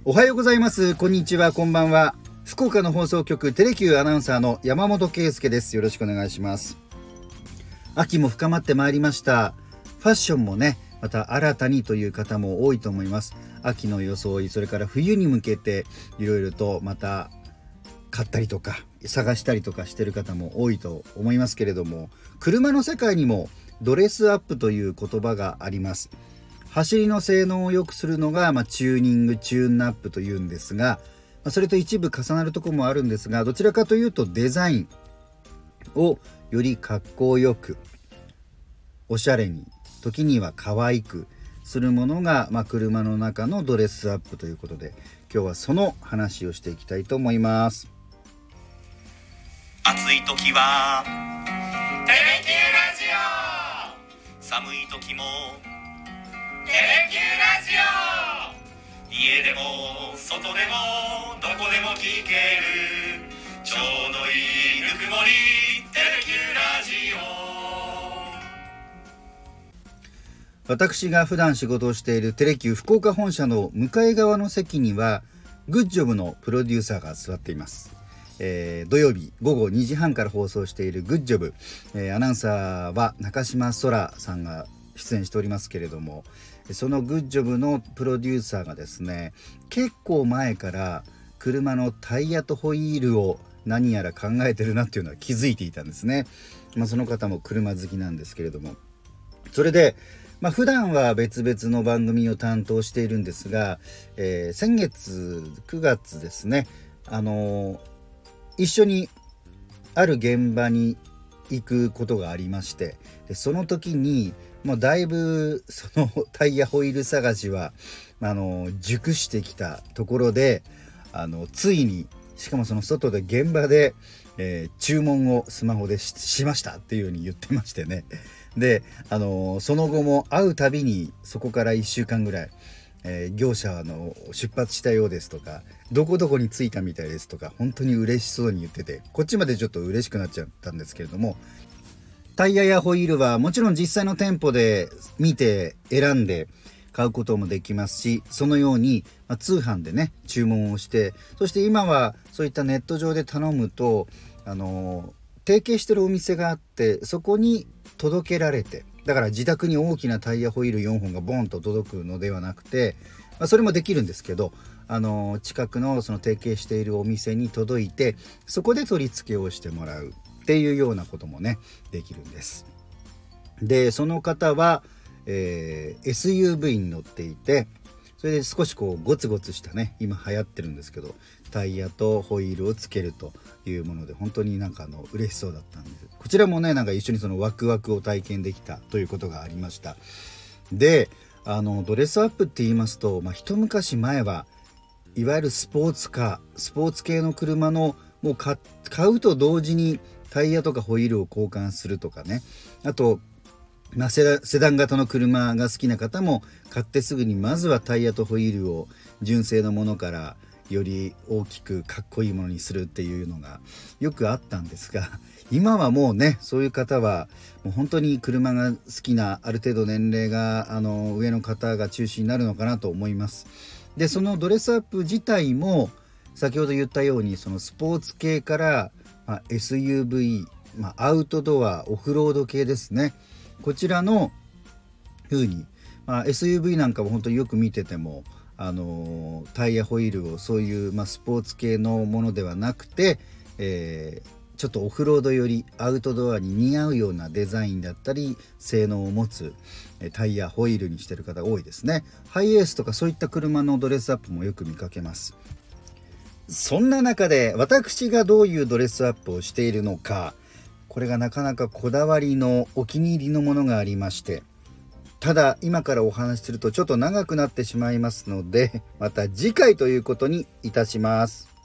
おはようございます。こんにちは、こんばんは。福岡の放送局テレキューアナウンサーの山本圭介です。よろしくお願いします。秋も深まってまいりました。ファッションもね、また新たにという方も多いと思います。秋の装い、それから冬に向けていろいろとまた買ったりとか探したりとかしてる方も多いと思いますけれども、車の世界にもドレスアップという言葉があります。走りの性能を良くするのが、チューニングチューンアップというんですが、それと一部重なるところもあるんですが、どちらかというとデザインをよりかっこよく、おしゃれに、時には可愛くするものが、車の中のドレスアップということで、今日はその話をしていきたいと思います。 暑い時はテレキューラジオ、寒い時もテレキューラジオ、家でも外でもどこでも聞けるちょうどいいぬくもり、テレキューラジオ。私が普段仕事をしているテレキュー福岡本社の向かい側の席にはグッジョブのプロデューサーが座っています。土曜日午後2時半から放送しているグッジョブ、アナウンサーは中島空さんが出演しておりますけれども、そのグッジョブのプロデューサーがですね、結構前から車のタイヤとホイールを何やら考えてるなっていうのは気づいていたんですね。その方も車好きなんですけれども、それで普段は別々の番組を担当しているんですが、先月9月ですね、一緒にある現場に行くことがありまして、でその時にだいぶそのタイヤホイール探しは熟してきたところで、ついにしかもその外で現場で、注文をスマホで しましたっていうように言ってましてね。でその後も会うたびにそこから1週間ぐらい、業者出発したようですとか、どこどこに着いたみたいですとか、本当に嬉しそうに言ってて、こっちまでちょっと嬉しくなっちゃったんですけれども、タイヤやホイールはもちろん実際の店舗で見て選んで買うこともできますし、そのように通販でね注文をして、そして今はそういったネット上で頼むと提携してるお店があって、そこに届けられて、だから自宅に大きなタイヤホイール4本がボンと届くのではなくて、それもできるんですけど、近くのその提携しているお店に届いて、そこで取り付けをしてもらうっていうようなこともねできるんです。でその方は、SUV に乗っていて、それで少しゴツゴツしたね、今流行ってるんですけど、タイヤとホイールをつけるというもので、本当に嬉しそうだったんです。こちらもね一緒にそのワクワクを体験できたということがありました。でドレスアップって言いますと、一昔前はいわゆるスポーツ系の車のもう買うと同時にタイヤとかホイールを交換するとかね、あとセダン型の車が好きな方も買ってすぐにまずはタイヤとホイールを純正のものからより大きくかっこいいものにするっていうのがよくあったんですが、今はもうねそういう方はもう本当に車が好きなある程度年齢が上の方が中心になるのかなと思います。でそのドレスアップ自体も先ほど言ったように、そのスポーツ系から、SUV、アウトドアオフロード系ですね、こちらの風に、SUV なんかも本当によく見ててもタイヤホイールをそういう、スポーツ系のものではなくて、ちょっとオフロードよりアウトドアに似合うようなデザインだったり性能を持つタイヤホイールにしてる方が多いですね。ハイエースとかそういった車のドレスアップもよく見かけます。そんな中で私がどういうドレスアップをしているのか、これがなかなかこだわりのお気に入りのものがありまして、ただ今からお話しするとちょっと長くなってしまいますので、また次回ということにいたします。